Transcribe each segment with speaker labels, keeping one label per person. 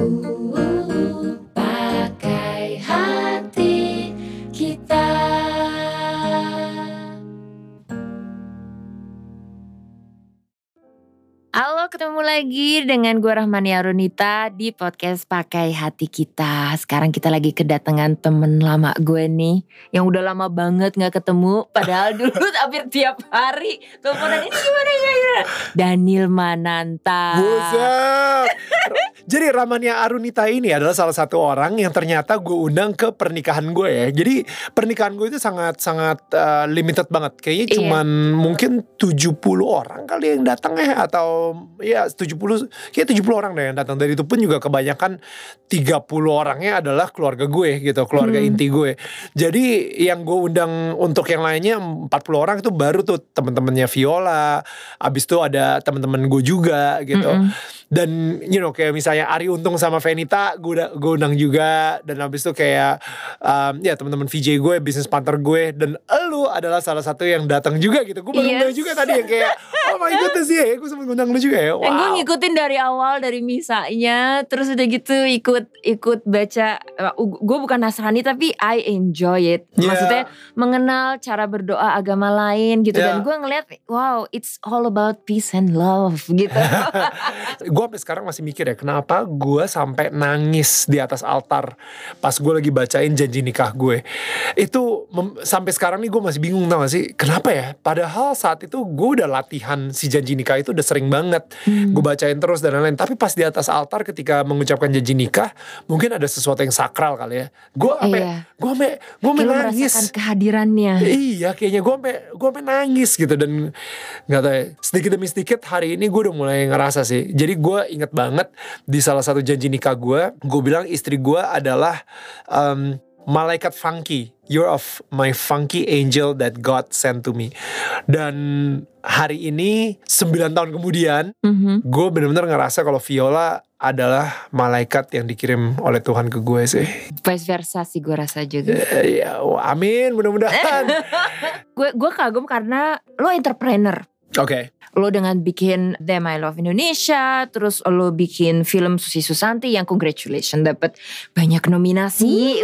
Speaker 1: Pakai hati kita. Halo, ketemu lagi dengan gue Rahmania Arunita di podcast Pakai Hati Kita. Sekarang kita lagi kedatangan temen lama gue nih, yang udah lama banget gak ketemu. Padahal dulu hampir tiap hari teleponan, ini gimana. Daniel Mananta.
Speaker 2: What's up? Jadi Rahmania Arunita ini adalah salah satu orang yang ternyata gue undang ke pernikahan gue ya. Jadi pernikahan gue itu sangat limited banget. Kayaknya cuman mungkin 70 orang kali yang datang ya. Atau ya 70 orang deh yang datang. Dan itu pun juga kebanyakan 30 orangnya adalah keluarga gue gitu. Keluarga inti gue. Jadi yang gue undang untuk yang lainnya 40 orang itu baru tuh teman-temannya Viola. Abis itu ada teman-teman gue juga gitu. Dan kayak misalnya Ari Untung sama Venita gue undang juga. Dan habis itu kayak ya teman-teman VJ gue, business partner gue, dan elu adalah salah satu yang datang juga gitu. Gue baru undang juga tadi yang kayak oh my goodness ya, gue sempat undang lu juga ya. Wow.
Speaker 1: Gue ngikutin dari awal, dari misanya, terus udah gitu ikut baca. Gue bukan Nasrani tapi I enjoy it. Maksudnya mengenal cara berdoa agama lain gitu. Dan gue ngeliat wow, it's all about peace and love gitu.
Speaker 2: Gue sampai sekarang masih mikir ya, kenapa gue sampai nangis di atas altar pas gue lagi bacain janji nikah gue. Itu sampai sekarang nih gue masih bingung, tau gak sih kenapa ya. Padahal saat itu gue udah latihan si janji nikah itu udah sering banget. Gue bacain terus dan lain-lain. Tapi pas di atas altar ketika mengucapkan janji nikah, mungkin ada sesuatu yang sakral kali ya. Gue sampai nangis.
Speaker 1: Merasakan kehadirannya.
Speaker 2: Iya, kayaknya gue sampai nangis gitu. Dan nggak tahu ya, sedikit demi sedikit hari ini gue udah mulai ngerasa sih. Jadi gue inget banget di salah satu janji nikah gue bilang istri gue adalah malaikat funky. You're of my funky angel that God sent to me. Dan hari ini 9 tahun kemudian gue benar-benar ngerasa kalau Viola adalah malaikat yang dikirim oleh Tuhan ke gue sih.
Speaker 1: Vice versa sih gue rasa juga.
Speaker 2: Ya, amin, mudah-mudahan.
Speaker 1: Gue kagum karena lo entrepreneur.
Speaker 2: Oke.
Speaker 1: Lo dengan bikin Them I Love Indonesia, terus lo bikin film Susi Susanti yang congratulations dapat banyak nominasi.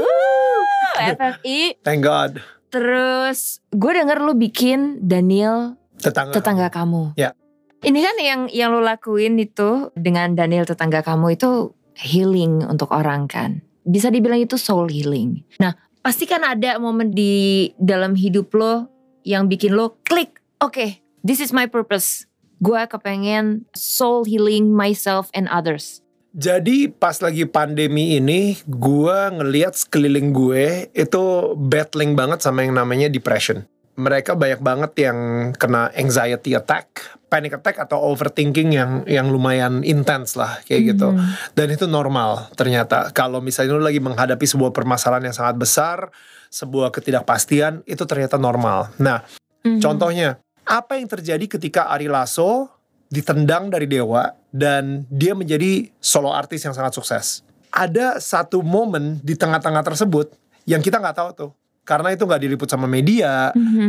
Speaker 1: FFI.
Speaker 2: Thank God.
Speaker 1: Terus gue denger lo bikin Daniel Tetangga Kamu.
Speaker 2: Ya.
Speaker 1: Ini kan yang lo lakuin itu dengan Daniel Tetangga Kamu itu healing untuk orang kan. Bisa dibilang itu soul healing. Nah, pasti kan ada momen di dalam hidup lo yang bikin lo klik. Oke, this is my purpose. Gue kepengen soul healing myself and others.
Speaker 2: Jadi pas lagi pandemi ini, gue ngelihat sekeliling gue itu battling banget sama yang namanya depression. Mereka banyak banget yang kena anxiety attack, panic attack atau overthinking yang lumayan intens lah kayak gitu. Dan itu normal ternyata. Kalau misalnya lu lagi menghadapi sebuah permasalahan yang sangat besar, sebuah ketidakpastian, itu ternyata normal. Nah, contohnya, apa yang terjadi ketika Ari Lasso ditendang dari dewa dan dia menjadi solo artis yang sangat sukses? Ada satu momen di tengah-tengah tersebut yang kita nggak tahu tuh. Karena itu nggak diliput sama media,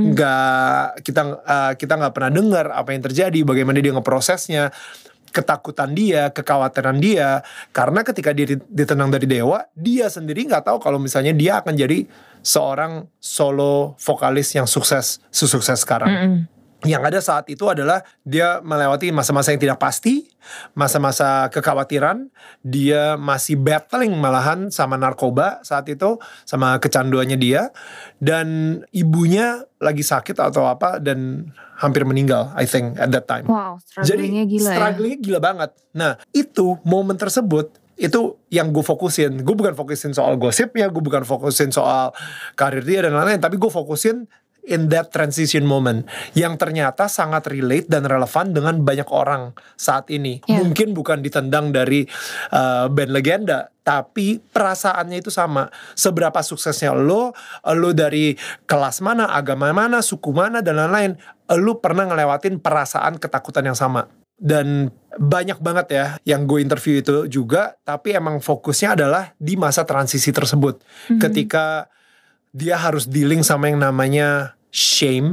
Speaker 2: kita nggak pernah dengar apa yang terjadi, bagaimana dia ngeprosesnya, ketakutan dia, kekhawatiran dia. Karena ketika dia ditendang dari dewa, dia sendiri nggak tahu kalau misalnya dia akan jadi seorang solo vokalis yang sukses sekarang. Yang ada saat itu adalah dia melewati masa-masa yang tidak pasti, masa-masa kekhawatiran. Dia masih battling malahan sama narkoba saat itu, sama kecanduannya dia. Dan ibunya lagi sakit atau apa dan hampir meninggal, I think, at that time.
Speaker 1: Wow, strugglingnya gila ya.
Speaker 2: Strugglingnya gila banget. Nah, itu momen tersebut, itu yang gue fokusin. Gue bukan fokusin soal gosipnya, gue bukan fokusin soal karir dia dan lain-lain, tapi gue fokusin in that transition moment yang ternyata sangat relate dan relevan dengan banyak orang saat ini. Mungkin bukan ditendang dari band legenda, tapi perasaannya itu sama. Seberapa suksesnya lo dari kelas mana, agama mana, suku mana dan lain-lain, lo pernah ngelewatin perasaan ketakutan yang sama. Dan banyak banget ya yang gue interview itu juga, tapi emang fokusnya adalah di masa transisi tersebut. Ketika dia harus dealing sama yang namanya shame,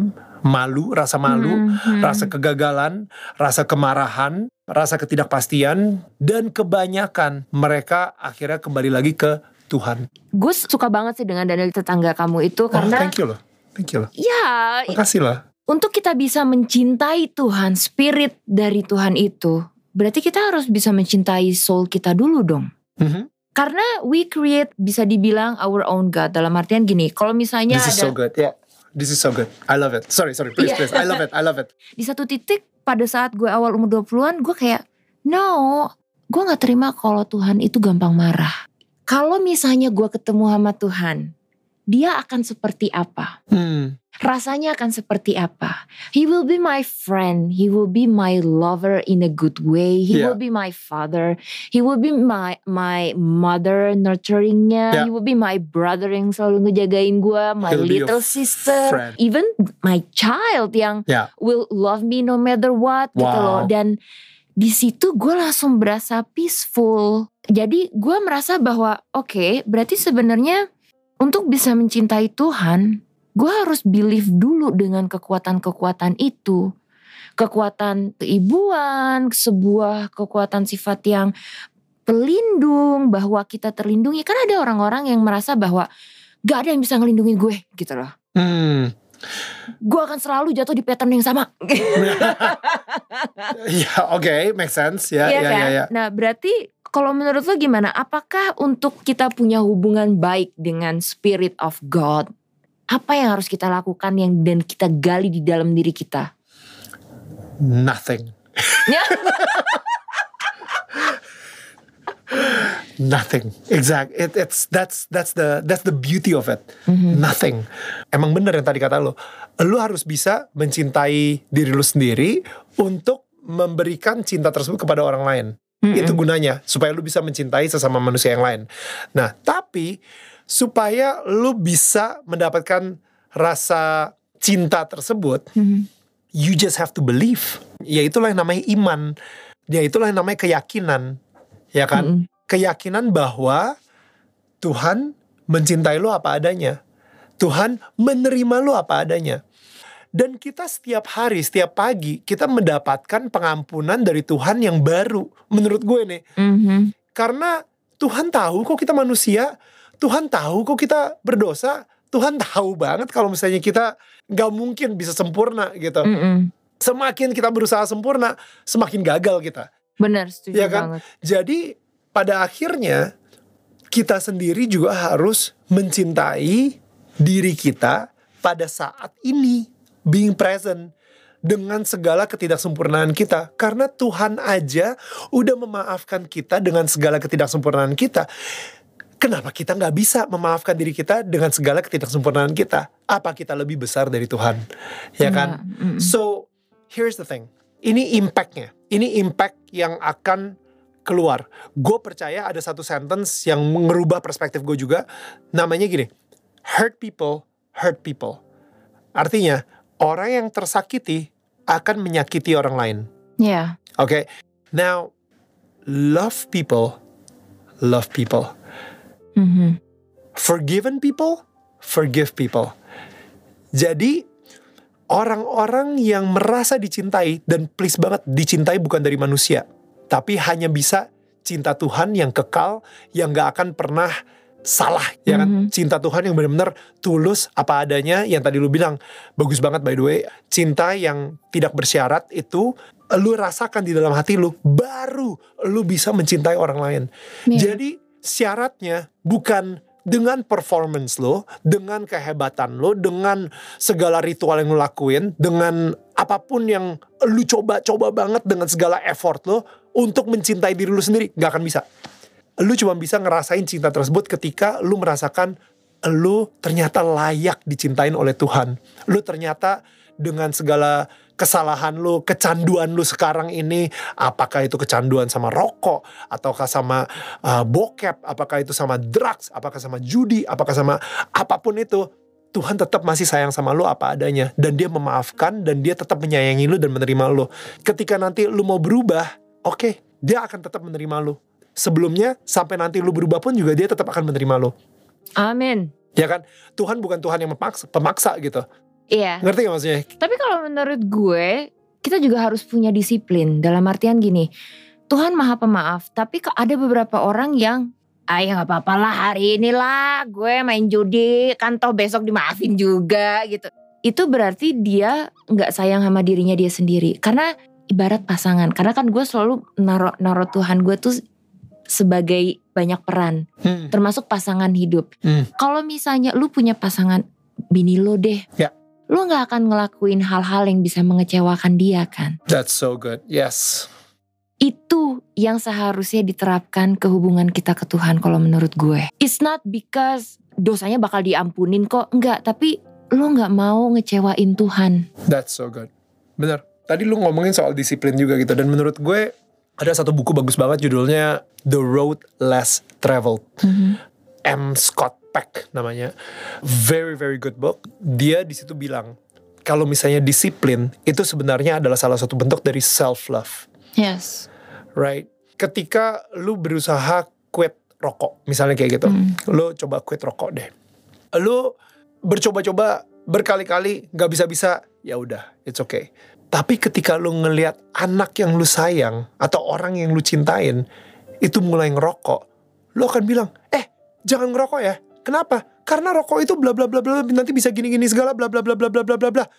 Speaker 2: malu, rasa kegagalan, rasa kemarahan, rasa ketidakpastian, dan kebanyakan mereka akhirnya kembali lagi ke Tuhan.
Speaker 1: Gue suka banget sih dengan Daniel tetangga kamu itu karena
Speaker 2: thank you loh.
Speaker 1: Ya,
Speaker 2: makasih lah.
Speaker 1: Untuk kita bisa mencintai Tuhan, spirit dari Tuhan itu, berarti kita harus bisa mencintai soul kita dulu dong. Karena we create, bisa dibilang our own God. Dalam artian gini, kalau misalnya
Speaker 2: This is so good, yeah. This is so good. I love it. Sorry, please. I love it.
Speaker 1: Di satu titik pada saat gue awal umur 20-an, gue kayak, no, gue gak terima kalau Tuhan itu gampang marah. Kalau misalnya gue ketemu sama Tuhan, dia akan seperti apa? Rasanya akan seperti apa? He will be my friend. He will be my lover in a good way. He will be my father. He will be my mother nurturingnya. He will be my brother yang selalu ngejagain gue. My little sister.
Speaker 2: Friend.
Speaker 1: Even my child yang will love me no matter what. Gitu loh. Dan di situ gue langsung berasa peaceful. Jadi gue merasa bahwa oke, berarti sebenarnya untuk bisa mencintai Tuhan, gue harus believe dulu dengan kekuatan-kekuatan itu. Kekuatan keibuan, sebuah kekuatan sifat yang pelindung, bahwa kita terlindungi. Kan ada orang-orang yang merasa bahwa gak ada yang bisa ngelindungin gue gitu loh. Gue akan selalu jatuh di pattern yang sama.
Speaker 2: Oke, make sense. Ya.
Speaker 1: Nah berarti kalau menurut lo gimana? Apakah untuk kita punya hubungan baik dengan Spirit of God, apa yang harus kita lakukan dan kita gali di dalam diri kita?
Speaker 2: Nothing. Nothing. Exact. That's the beauty of it. Nothing. Emang bener yang tadi kata lo. Lo harus bisa mencintai diri lo sendiri untuk memberikan cinta tersebut kepada orang lain. Itu gunanya supaya lu bisa mencintai sesama manusia yang lain. Nah, tapi supaya lu bisa mendapatkan rasa cinta tersebut, you just have to believe. Ya itulah yang namanya iman. Ya itulah yang namanya keyakinan. Ya kan? Keyakinan bahwa Tuhan mencintai lu apa adanya. Tuhan menerima lu apa adanya. Dan kita setiap hari, setiap pagi, kita mendapatkan pengampunan dari Tuhan yang baru. Menurut gue nih. Karena Tuhan tahu kok kita manusia. Tuhan tahu kok kita berdosa. Tuhan tahu banget kalau misalnya kita gak mungkin bisa sempurna gitu. Semakin kita berusaha sempurna, semakin gagal kita.
Speaker 1: Benar, setuju
Speaker 2: ya kan?
Speaker 1: banget.
Speaker 2: Jadi pada akhirnya kita sendiri juga harus mencintai diri kita pada saat ini. Being present dengan segala ketidaksempurnaan kita. Karena Tuhan aja udah memaafkan kita dengan segala ketidaksempurnaan kita. Kenapa kita gak bisa memaafkan diri kita dengan segala ketidaksempurnaan kita? Apa kita lebih besar dari Tuhan? Ya kan? So, here's the thing. Ini impactnya. Ini impact yang akan keluar. Gue percaya ada satu sentence yang merubah perspektif gue juga. Namanya gini. Hurt people. Artinya, orang yang tersakiti akan menyakiti orang lain.
Speaker 1: Yeah.
Speaker 2: Okay. Now, love people. Forgiven people, forgive people. Jadi, orang-orang yang merasa dicintai, dan please banget dicintai bukan dari manusia, tapi hanya bisa cinta Tuhan yang kekal, yang gak akan pernah salah, ya kan? Cinta Tuhan yang benar-benar tulus apa adanya, yang tadi lu bilang bagus banget by the way. Cinta yang tidak bersyarat itu lu rasakan di dalam hati lu, baru lu bisa mencintai orang lain. Jadi syaratnya bukan dengan performance lo, dengan kehebatan lo, dengan segala ritual yang lo lakuin, dengan apapun yang lu coba banget, dengan segala effort lo untuk mencintai diri lu sendiri, gak akan bisa. Lu cuma bisa ngerasain cinta tersebut ketika lu merasakan lu ternyata layak dicintain oleh Tuhan. Lu ternyata dengan segala kesalahan lu, kecanduan lu sekarang ini, apakah itu kecanduan sama rokok, ataukah sama bokep, apakah itu sama drugs, apakah sama judi, apakah sama apapun itu, Tuhan tetap masih sayang sama lu apa adanya. Dan dia memaafkan, dan dia tetap menyayangi lu dan menerima lu. Ketika nanti lu mau berubah, oke, dia akan tetap menerima lu. Sebelumnya, sampai nanti lu berubah pun juga dia tetap akan menerima lu.
Speaker 1: Amin.
Speaker 2: Ya kan? Tuhan bukan Tuhan yang pemaksa gitu.
Speaker 1: Iya.
Speaker 2: Ngerti gak maksudnya?
Speaker 1: Tapi kalau menurut gue, kita juga harus punya disiplin. Dalam artian gini, Tuhan maha pemaaf, tapi ada beberapa orang yang ya gak apa-apa lah, hari inilah gue main judi, kan toh besok dimaafin juga gitu. Itu berarti dia gak sayang sama dirinya dia sendiri. Karena ibarat pasangan, karena kan gue selalu naruh Tuhan gue tuh sebagai banyak peran, termasuk pasangan hidup. Kalau misalnya lu punya pasangan bini lo deh, lu gak akan ngelakuin hal-hal yang bisa mengecewakan dia kan.
Speaker 2: That's so good, yes.
Speaker 1: Itu yang seharusnya diterapkan ke hubungan kita ke Tuhan kalau menurut gue. It's not because dosanya bakal diampunin kok, enggak. Tapi lu gak mau ngecewain Tuhan.
Speaker 2: That's so good, bener. Tadi lu ngomongin soal disiplin juga gitu. Dan menurut gue ada satu buku bagus banget judulnya The Road Less Traveled. M. Scott Peck namanya. Very very good book. Dia di situ bilang kalau misalnya disiplin itu sebenarnya adalah salah satu bentuk dari self love.
Speaker 1: Yes.
Speaker 2: Right. Ketika lu berusaha quit rokok, misalnya kayak gitu. Lu coba quit rokok deh. Lu bercoba-coba berkali-kali gak bisa-bisa, ya udah, it's okay. Tapi ketika lu ngelihat anak yang lu sayang atau orang yang lu cintain itu mulai ngerokok, lu akan bilang, jangan ngerokok ya. Kenapa? Karena rokok itu bla bla bla bla, nanti bisa gini-gini segala bla bla bla bla bla bla bla bla.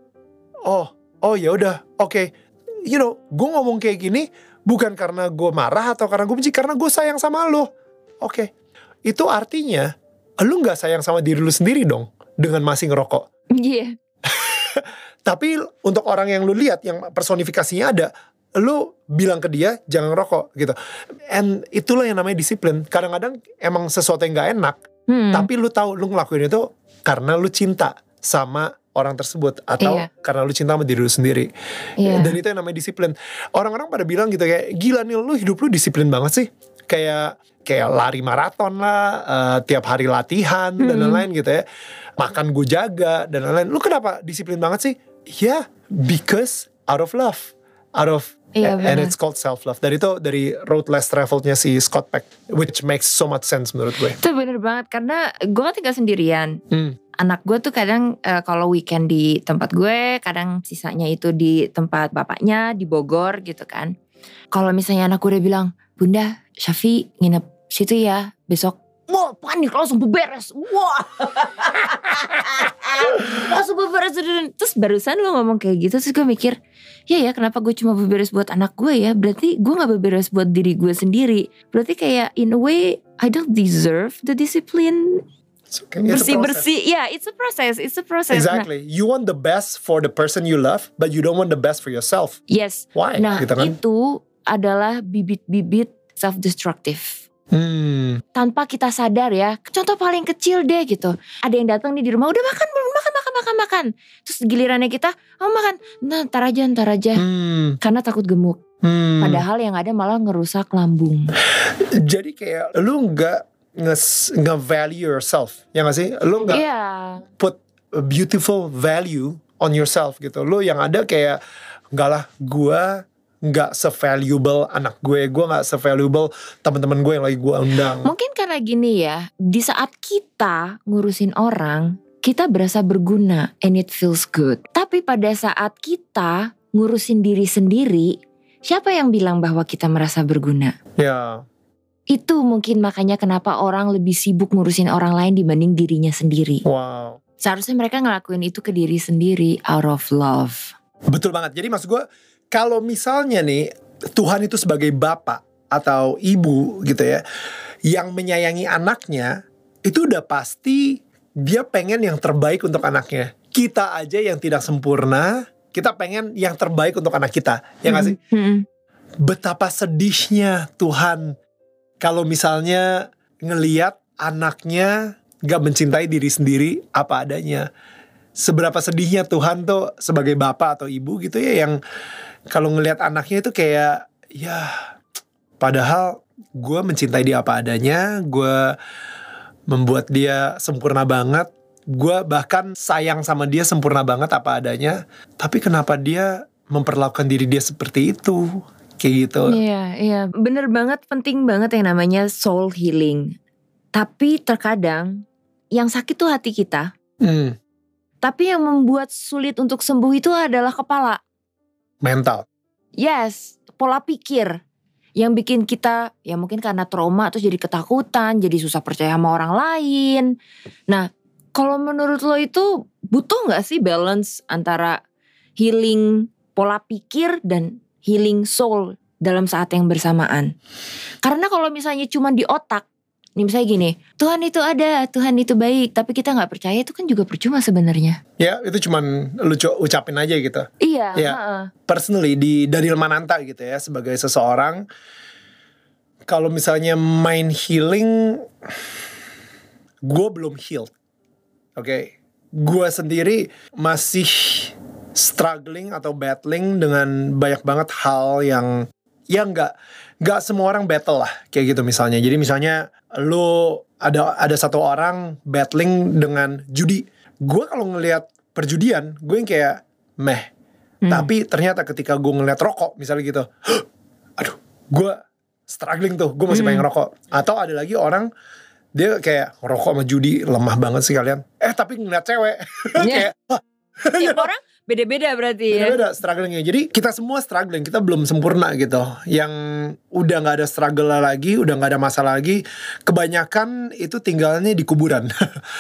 Speaker 2: Oh ya udah, oke. You know, gue ngomong kayak gini bukan karena gue marah atau karena gue benci, karena gue sayang sama lo. Oke. Itu artinya lu nggak sayang sama diri lu sendiri dong dengan masih ngerokok.
Speaker 1: Iya.
Speaker 2: Tapi untuk orang yang lu lihat yang personifikasinya ada, lu bilang ke dia jangan ngerokok gitu. And itulah yang namanya disiplin. Kadang-kadang emang sesuatu yang gak enak, tapi lu tahu lu ngelakuin itu karena lu cinta sama orang tersebut atau karena lu cinta sama diri lu sendiri. Dan itu yang namanya disiplin. Orang-orang pada bilang gitu kayak, gila nih lu hidup lu disiplin banget sih. Kayak lari maraton lah, tiap hari latihan dan lain-lain gitu ya. Makan gue jaga dan lain-lain. Lu kenapa disiplin banget sih? Ya, because out of love. And it's called self-love. Dan itu dari Road Less Traveled-nya si Scott Peck, which makes so much sense menurut gue.
Speaker 1: Itu bener banget, karena gue kan tinggal sendirian. Anak gue tuh kadang kalau weekend di tempat gue, kadang sisanya itu di tempat bapaknya di Bogor gitu kan. Kalau misalnya anak gue udah bilang, Bunda, Syafi nginep situ ya besok. Wah, panik, langsung beberes. Wah. Langsung beberes. Terus barusan lo ngomong kayak gitu, terus gue mikir, ya kenapa gue cuma beberes buat anak gue ya? Berarti gue gak beberes buat diri gue sendiri. Berarti kayak in a way I don't deserve the discipline. Bersih-bersih. Yeah, it's a process.
Speaker 2: Exactly. You want the best for the person you love, but you don't want the best for yourself.
Speaker 1: Yes.
Speaker 2: Why?
Speaker 1: Nah,
Speaker 2: gitu kan?
Speaker 1: itu adalah bibit-bibit self-destructive. Tanpa kita sadar ya. Contoh paling kecil deh gitu. Ada yang datang nih di rumah, udah makan belum? Makan. Terus gilirannya kita, makan. Nah, ntar aja. Karena takut gemuk. Padahal yang ada malah ngerusak lambung.
Speaker 2: Jadi kayak lu gak nge-value yourself, ya gak sih? Lu gak put a beautiful value on yourself gitu. Lu yang ada kayak, enggak lah, gue gak se-valuable anak gue gak se-valuable teman-teman gue yang lagi gue undang.
Speaker 1: Mungkin karena gini ya, di saat kita ngurusin orang, kita berasa berguna and it feels good. Tapi pada saat kita ngurusin diri sendiri, siapa yang bilang bahwa kita merasa berguna?
Speaker 2: Ya.
Speaker 1: Itu mungkin makanya kenapa orang lebih sibuk ngurusin orang lain dibanding dirinya sendiri.
Speaker 2: Wow.
Speaker 1: Seharusnya mereka ngelakuin itu ke diri sendiri out of love.
Speaker 2: Betul banget. Jadi maksud gue, kalau misalnya nih Tuhan itu sebagai bapak atau ibu gitu ya, yang menyayangi anaknya, itu udah pasti dia pengen yang terbaik untuk anaknya. Kita aja yang tidak sempurna, kita pengen yang terbaik untuk anak kita, ya gak sih? Betapa sedihnya Tuhan kalau misalnya ngelihat anaknya gak mencintai diri sendiri apa adanya. Seberapa sedihnya Tuhan tuh sebagai bapak atau ibu gitu ya, yang kalau ngelihat anaknya itu kayak, ya padahal gue mencintai dia apa adanya, gue membuat dia sempurna banget, gue bahkan sayang sama dia sempurna banget apa adanya, tapi kenapa dia memperlakukan diri dia seperti itu, kayak gitu.
Speaker 1: Iya, bener banget, penting banget yang namanya soul healing. Tapi terkadang yang sakit tuh hati kita. Tapi yang membuat sulit untuk sembuh itu adalah kepala.
Speaker 2: Mental.
Speaker 1: Yes, pola pikir. Yang bikin kita, ya mungkin karena trauma terus jadi ketakutan, jadi susah percaya sama orang lain. Nah, kalau menurut lo itu butuh gak sih balance antara healing pola pikir dan healing soul dalam saat yang bersamaan? Karena kalau misalnya cuma di otak, nih misalnya gini, Tuhan itu ada, Tuhan itu baik, tapi kita gak percaya, itu kan juga percuma sebenarnya.
Speaker 2: Ya itu cuman lu ucapin aja gitu.
Speaker 1: Iya.
Speaker 2: Ya, personally di Daniel Mananta gitu ya, sebagai seseorang, kalau misalnya main healing, gue belum healed. Oke, gue sendiri masih struggling atau battling dengan banyak banget hal yang ya nggak semua orang battle lah kayak gitu misalnya. Jadi misalnya lo ada satu orang battling dengan judi. Gue kalau ngelihat perjudian, gue yang kayak meh. Tapi ternyata ketika gue ngelihat rokok misalnya gitu, aduh, gue struggling tuh, gue masih pengen rokok. Atau ada lagi orang dia kayak rokok sama judi lemah banget sih kalian. Tapi ngeliat cewek kayak
Speaker 1: tiap orang beda-beda berarti ya.
Speaker 2: Beda-beda strugglingnya. Jadi kita semua struggling, kita belum sempurna gitu. Yang udah gak ada struggle lagi, udah gak ada masalah lagi, kebanyakan itu tinggalnya di kuburan.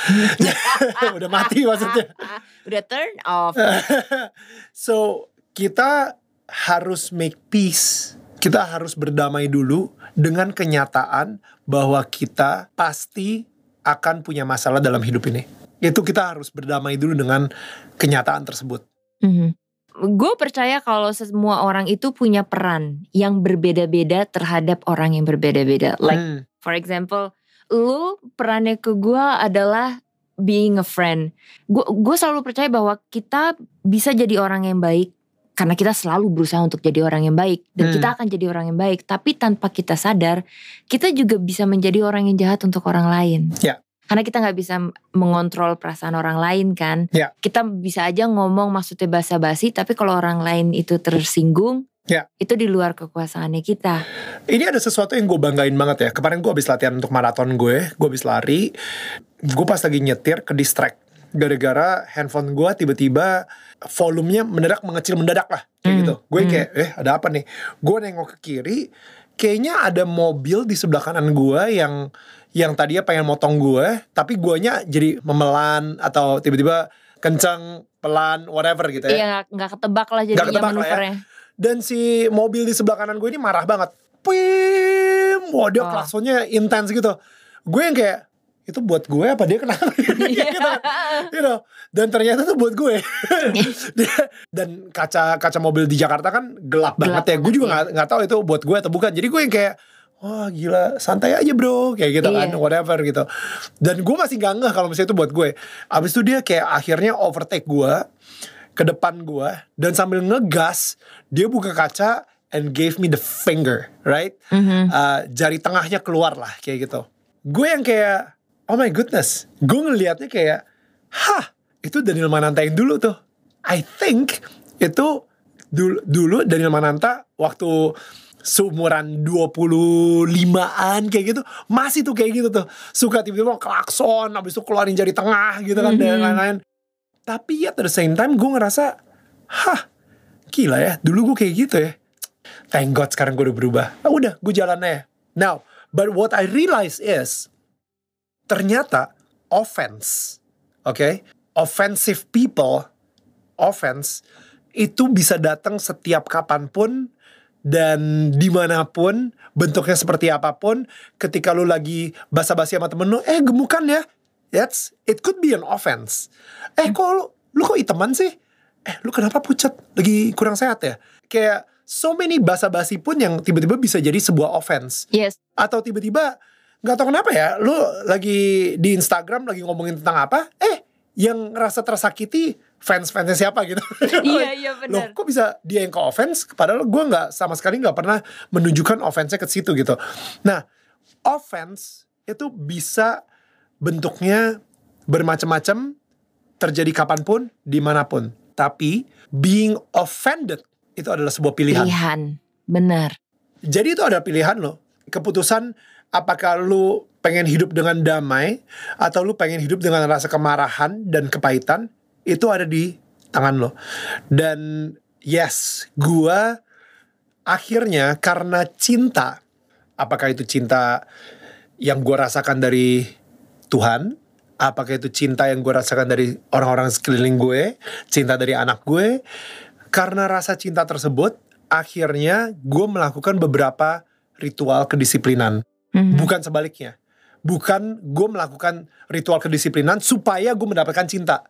Speaker 2: Udah mati maksudnya.
Speaker 1: Udah turn off.
Speaker 2: So kita harus make peace. Kita harus berdamai dulu dengan kenyataan bahwa kita pasti akan punya masalah dalam hidup ini. Itu kita harus berdamai dulu dengan kenyataan tersebut.
Speaker 1: Gue percaya kalau semua orang itu punya peran yang berbeda-beda terhadap orang yang berbeda-beda. Like for example, lu perannya ke gue adalah being a friend. Gue selalu percaya bahwa kita bisa jadi orang yang baik karena kita selalu berusaha untuk jadi orang yang baik. Dan kita akan jadi orang yang baik. Tapi tanpa kita sadar, kita juga bisa menjadi orang yang jahat untuk orang lain.
Speaker 2: Ya.
Speaker 1: Karena kita gak bisa mengontrol perasaan orang lain kan.
Speaker 2: Ya.
Speaker 1: Kita bisa aja ngomong maksudnya basa-basi, tapi kalau orang lain itu tersinggung, itu di luar kekuasaannya kita.
Speaker 2: Ini ada sesuatu yang gue banggain banget ya. Kemarin gue habis latihan untuk maraton gue habis lari. Gue pas lagi nyetir ke distract. Gara-gara handphone gue tiba-tiba volumenya mendadak lah kayak gitu. Gue kayak ada apa nih? Gue nengok ke kiri, kayaknya ada mobil di sebelah kanan gue yang tadinya pengen motong gue, tapi guanya jadi memelan atau tiba-tiba kenceng, pelan, whatever gitu ya.
Speaker 1: Iya, nggak ketebak lah jadinya manuvernya.
Speaker 2: Ya. Dan si mobil di sebelah kanan gue ini marah banget. Pim, dia klaksonnya intens gitu. Gue yang kayak, itu buat gue apa dia kenapa? Gitu. Dan ternyata itu buat gue. Dan kaca mobil di Jakarta kan gelap banget ya. Gue juga nggak tahu itu buat gue atau bukan. Jadi gue yang kayak, wah gila, santai aja bro, kayak gitu kan, whatever gitu. Dan gue masih gak ngeh kalau misalnya itu buat gue. Abis itu dia kayak akhirnya overtake gue ke depan gue, dan sambil ngegas dia buka kaca and gave me the finger, right? Jari tengahnya keluar lah kayak gitu. Gue yang kayak, oh my goodness, gue ngelihatnya kayak, itu Daniel Mananta yang dulu tuh. I think itu dulu Daniel Mananta waktu seumuran 25-an kayak gitu, masih tuh kayak gitu tuh, suka tiba-tiba klakson, habis itu keluarin jari tengah gitu kan, dan lain-lain. Tapi at the same time gue ngerasa, gila ya, dulu gue kayak gitu ya. Thank God sekarang gue udah berubah. Udah, gue jalan aja. Now, but what I realize is, ternyata offense, offensive people, offense itu bisa datang setiap kapanpun dan dimanapun, bentuknya seperti apapun. Ketika lu lagi basa-basi sama temen lu, gemukan ya, it could be an offense. Kok lu kok iteman sih? Lu kenapa pucat? Lagi kurang sehat ya? Kayak so many basa-basi pun yang tiba-tiba bisa jadi sebuah offense.
Speaker 1: Yes.
Speaker 2: Atau tiba-tiba gak tahu kenapa ya, lu lagi di Instagram lagi ngomongin tentang apa, yang ngerasa tersakiti fans-fansnya siapa gitu.
Speaker 1: Iya benar.
Speaker 2: Loh kok bisa dia yang ke offense, padahal gue gak sama sekali gak pernah menunjukkan offense-nya ke situ gitu. Nah, offense itu bisa bentuknya bermacam-macam, terjadi kapanpun, dimanapun. Tapi being offended itu adalah sebuah pilihan.
Speaker 1: Benar.
Speaker 2: Jadi itu ada pilihan lo. Keputusan apakah lu pengen hidup dengan damai atau lu pengen hidup dengan rasa kemarahan dan kepahitan, itu ada di tangan lo. Dan yes, gue akhirnya karena cinta, apakah itu cinta yang gue rasakan dari Tuhan, apakah itu cinta yang gue rasakan dari orang-orang sekeliling gue, cinta dari anak gue, karena rasa cinta tersebut, akhirnya gue melakukan beberapa ritual kedisiplinan. Bukan sebaliknya. Bukan gue melakukan ritual kedisiplinan supaya gue mendapatkan cinta.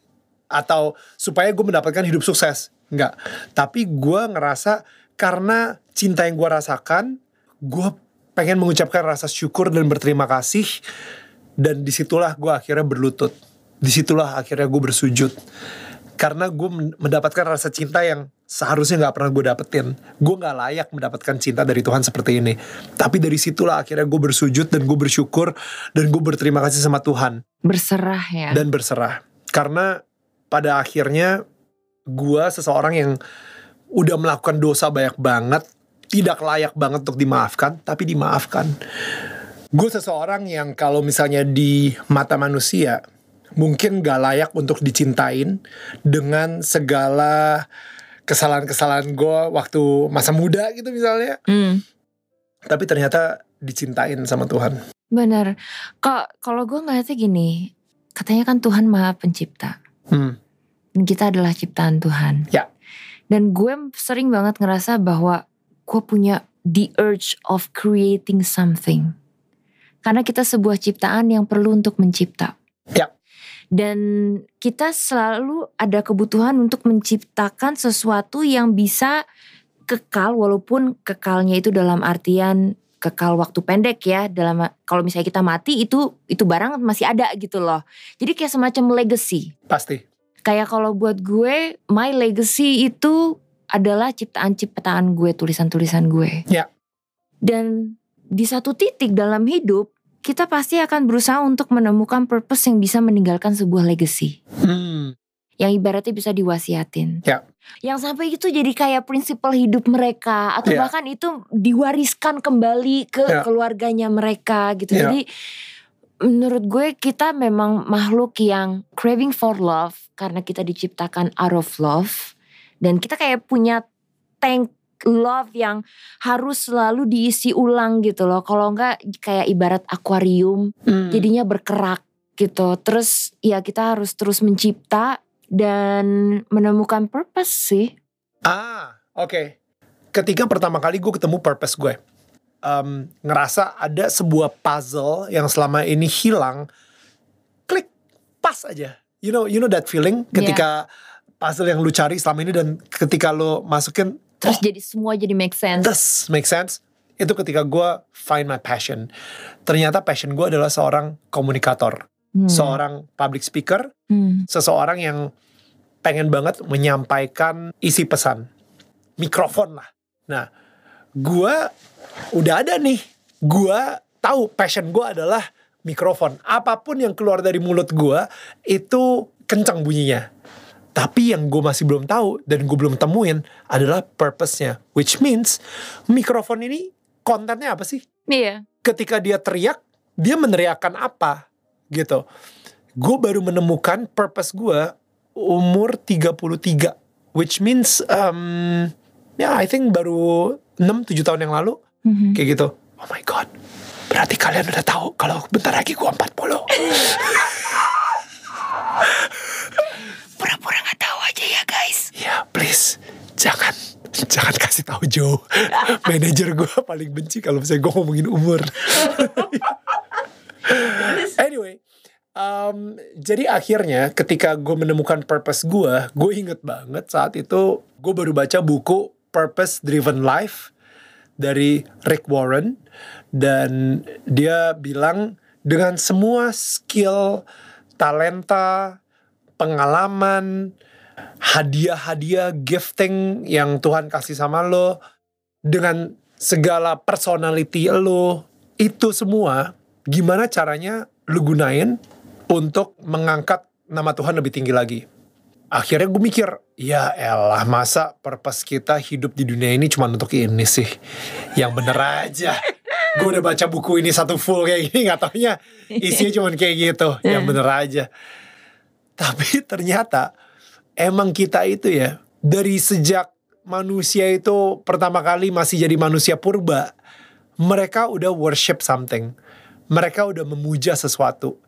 Speaker 2: Atau supaya gue mendapatkan hidup sukses. Enggak. Tapi gue ngerasa karena cinta yang gue rasakan, gue pengen mengucapkan rasa syukur dan berterima kasih. Dan disitulah gue akhirnya berlutut. Disitulah akhirnya gue bersujud. Karena gue mendapatkan rasa cinta yang seharusnya gak pernah gue dapetin. Gue gak layak mendapatkan cinta dari Tuhan seperti ini. Tapi dari situlah akhirnya gue bersujud dan gue bersyukur. Dan gue berterima kasih sama Tuhan.
Speaker 1: Berserah ya.
Speaker 2: Dan berserah. Karena pada akhirnya gue seseorang yang udah melakukan dosa banyak banget, tidak layak banget untuk dimaafkan, tapi dimaafkan. Gue seseorang yang kalau misalnya di mata manusia mungkin gak layak untuk dicintain dengan segala kesalahan-kesalahan gue waktu masa muda gitu misalnya. Tapi ternyata dicintain sama Tuhan.
Speaker 1: Bener. Kalau gue ngeliatnya gini, katanya kan Tuhan Maha Pencipta. Dan kita adalah ciptaan Tuhan.
Speaker 2: Ya.
Speaker 1: Dan gue sering banget ngerasa bahwa gue punya the urge of creating something. Karena kita sebuah ciptaan yang perlu untuk mencipta.
Speaker 2: Ya.
Speaker 1: Dan kita selalu ada kebutuhan untuk menciptakan sesuatu yang bisa kekal, walaupun kekalnya itu dalam artian kekal waktu pendek ya. Kalau misalnya kita mati itu barang masih ada gitu loh. Jadi kayak semacam legacy.
Speaker 2: Pasti.
Speaker 1: Kayak kalau buat gue, my legacy itu adalah ciptaan-ciptaan gue, tulisan-tulisan gue.
Speaker 2: Ya.
Speaker 1: Dan di satu titik dalam hidup, kita pasti akan berusaha untuk menemukan purpose yang bisa meninggalkan sebuah legacy. Yang ibaratnya bisa diwasiatin.
Speaker 2: Ya.
Speaker 1: Yang sampai itu jadi kayak prinsipal hidup mereka. Atau bahkan itu diwariskan kembali ke keluarganya mereka gitu. Jadi menurut gue kita memang makhluk yang craving for love. Karena kita diciptakan out of love. Dan kita kayak punya tank love yang harus selalu diisi ulang gitu loh. Kalau enggak kayak ibarat akuarium, jadinya berkerak gitu. Terus ya kita harus terus mencipta dan menemukan purpose sih.
Speaker 2: Oke. Ketika pertama kali gue ketemu purpose gue, ngerasa ada sebuah puzzle yang selama ini hilang, klik, pas aja. You know that feeling ketika puzzle yang lu cari selama ini dan ketika lu masukin,
Speaker 1: terus jadi semua jadi make sense.
Speaker 2: Make sense. Itu ketika gue find my passion. Ternyata passion gue adalah seorang komunikator. Seorang public speaker. Seseorang yang pengen banget menyampaikan isi pesan. Mikrofon lah. Nah, gue udah ada nih. Gue tahu passion gue adalah mikrofon. Apapun yang keluar dari mulut gue itu kencang bunyinya. Tapi yang gue masih belum tahu dan gue belum temuin adalah purpose-nya. Which means mikrofon ini kontennya apa sih?
Speaker 1: Iya.
Speaker 2: Ketika dia teriak, dia meneriakkan apa gitu. Gue baru menemukan purpose gue umur 33. Which means I think baru 6-7 tahun yang lalu. Kayak gitu. Oh my God. Berarti kalian udah tahu kalau bentar lagi gue 40.
Speaker 1: Pura-pura gak tahu aja ya guys.
Speaker 2: Ya please, jangan kasih tahu Joe. Manajer gue paling benci kalau misalnya gue ngomongin umur. Anyway, jadi akhirnya ketika gue menemukan purpose gue inget banget saat itu gue baru baca buku Purpose Driven Life dari Rick Warren. Dan dia bilang dengan semua skill, talenta, pengalaman, hadiah-hadiah, gifting yang Tuhan kasih sama lo, dengan segala personality lo, itu semua gimana caranya lo gunain untuk mengangkat nama Tuhan lebih tinggi lagi. Akhirnya gue mikir, ya elah masa purpose kita hidup di dunia ini cuma untuk ini sih. Yang bener aja. Gue udah baca buku ini satu full kayak gini, gak taunya isinya cuma kayak gitu. Yang bener aja. Tapi ternyata emang kita itu ya, dari sejak manusia itu pertama kali masih jadi manusia purba, mereka udah worship something. Mereka udah memuja sesuatu.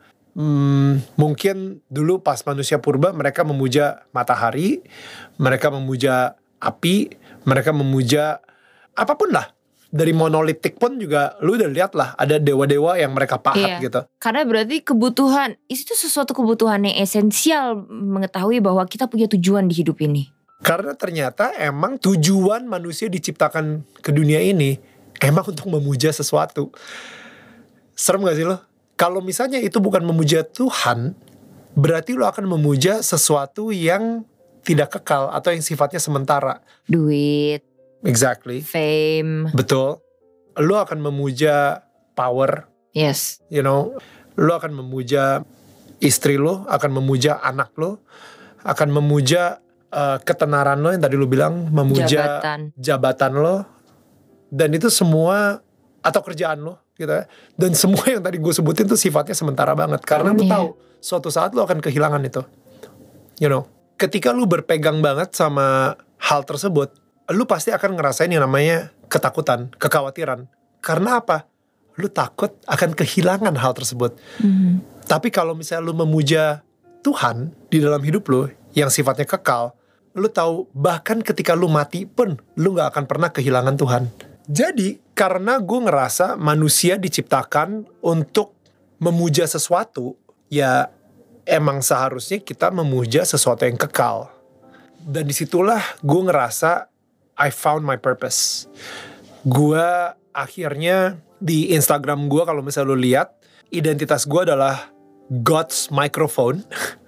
Speaker 2: Mungkin dulu pas manusia purba mereka memuja matahari, mereka memuja api, mereka memuja apapun lah. Dari monolitik pun juga lu udah lihat lah ada dewa-dewa yang mereka pahat gitu.
Speaker 1: Karena berarti kebutuhan, itu sesuatu kebutuhan yang esensial mengetahui bahwa kita punya tujuan di hidup ini.
Speaker 2: Karena ternyata emang tujuan manusia diciptakan ke dunia ini emang untuk memuja sesuatu. Serem gak sih lo? Kalau misalnya itu bukan memuja Tuhan, berarti lo akan memuja sesuatu yang tidak kekal atau yang sifatnya sementara.
Speaker 1: Duit.
Speaker 2: Exactly.
Speaker 1: Fame.
Speaker 2: Betul. Lo akan memuja power.
Speaker 1: Yes.
Speaker 2: You know, lo akan memuja istri lo, akan memuja anak lo, akan memuja ketenaran lo yang tadi lo bilang, memuja jabatan lo, dan itu semua atau kerjaan lo gitu ya. Dan semua yang tadi gue sebutin tuh sifatnya sementara banget karena lo tahu suatu saat lo akan kehilangan itu. You know, ketika lo berpegang banget sama hal tersebut, lu pasti akan ngerasain yang namanya ketakutan, kekhawatiran. Karena apa? Lu takut akan kehilangan hal tersebut. Tapi kalau misalnya lu memuja Tuhan di dalam hidup lu yang sifatnya kekal, lu tahu bahkan ketika lu mati pun lu gak akan pernah kehilangan Tuhan. Jadi karena gue ngerasa manusia diciptakan untuk memuja sesuatu, ya emang seharusnya kita memuja sesuatu yang kekal. Dan disitulah gue ngerasa I found my purpose. Gue akhirnya di Instagram gue, kalau misalnya lu lihat, identitas gue adalah God's microphone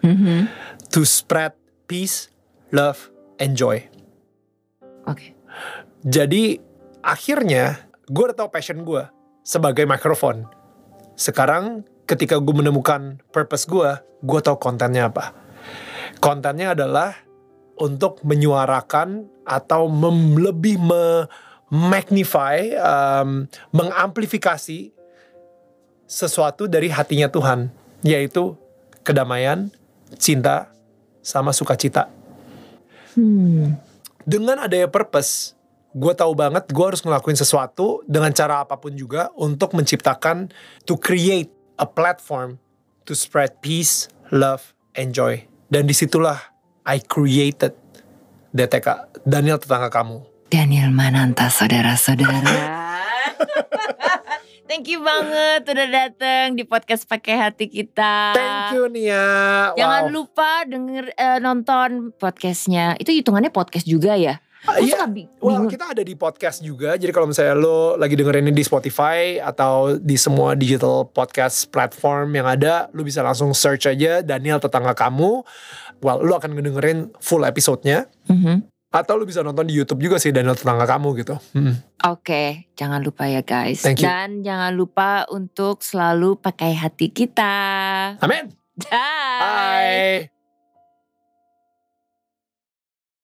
Speaker 2: to spread peace, love, and joy.
Speaker 1: Oke.
Speaker 2: Jadi akhirnya gue udah tahu passion gue sebagai microphone. Sekarang ketika gue menemukan purpose gue tahu kontennya apa. Kontennya adalah untuk menyuarakan atau lebih magnify, mengamplifikasi sesuatu dari hatinya Tuhan, yaitu kedamaian, cinta, sama sukacita. Dengan adanya purpose, gue tahu banget gue harus ngelakuin sesuatu dengan cara apapun juga untuk menciptakan, to create a platform to spread peace, love, and joy. Dan disitulah I created DTK, Daniel Tetangga Kamu.
Speaker 1: Daniel Mananta, saudara-saudara. Thank you banget udah dateng di podcast Pakai Hati kita.
Speaker 2: Thank you Nia.
Speaker 1: Jangan lupa nonton podcastnya. Itu hitungannya podcast juga ya?
Speaker 2: Iya, kita ada di podcast juga. Jadi kalau misalnya lo lagi dengerin ini di Spotify atau di semua digital podcast platform yang ada, lo bisa langsung search aja Daniel Tetangga Kamu. Well, lo akan ngedengerin full episode-nya. Atau lo bisa nonton di YouTube juga sih Daniel Tetangga Kamu gitu.
Speaker 1: Oke, jangan lupa ya guys.
Speaker 2: Thank you.
Speaker 1: Dan jangan lupa untuk selalu pakai hati kita.
Speaker 2: Amin.
Speaker 1: Bye.
Speaker 2: Bye.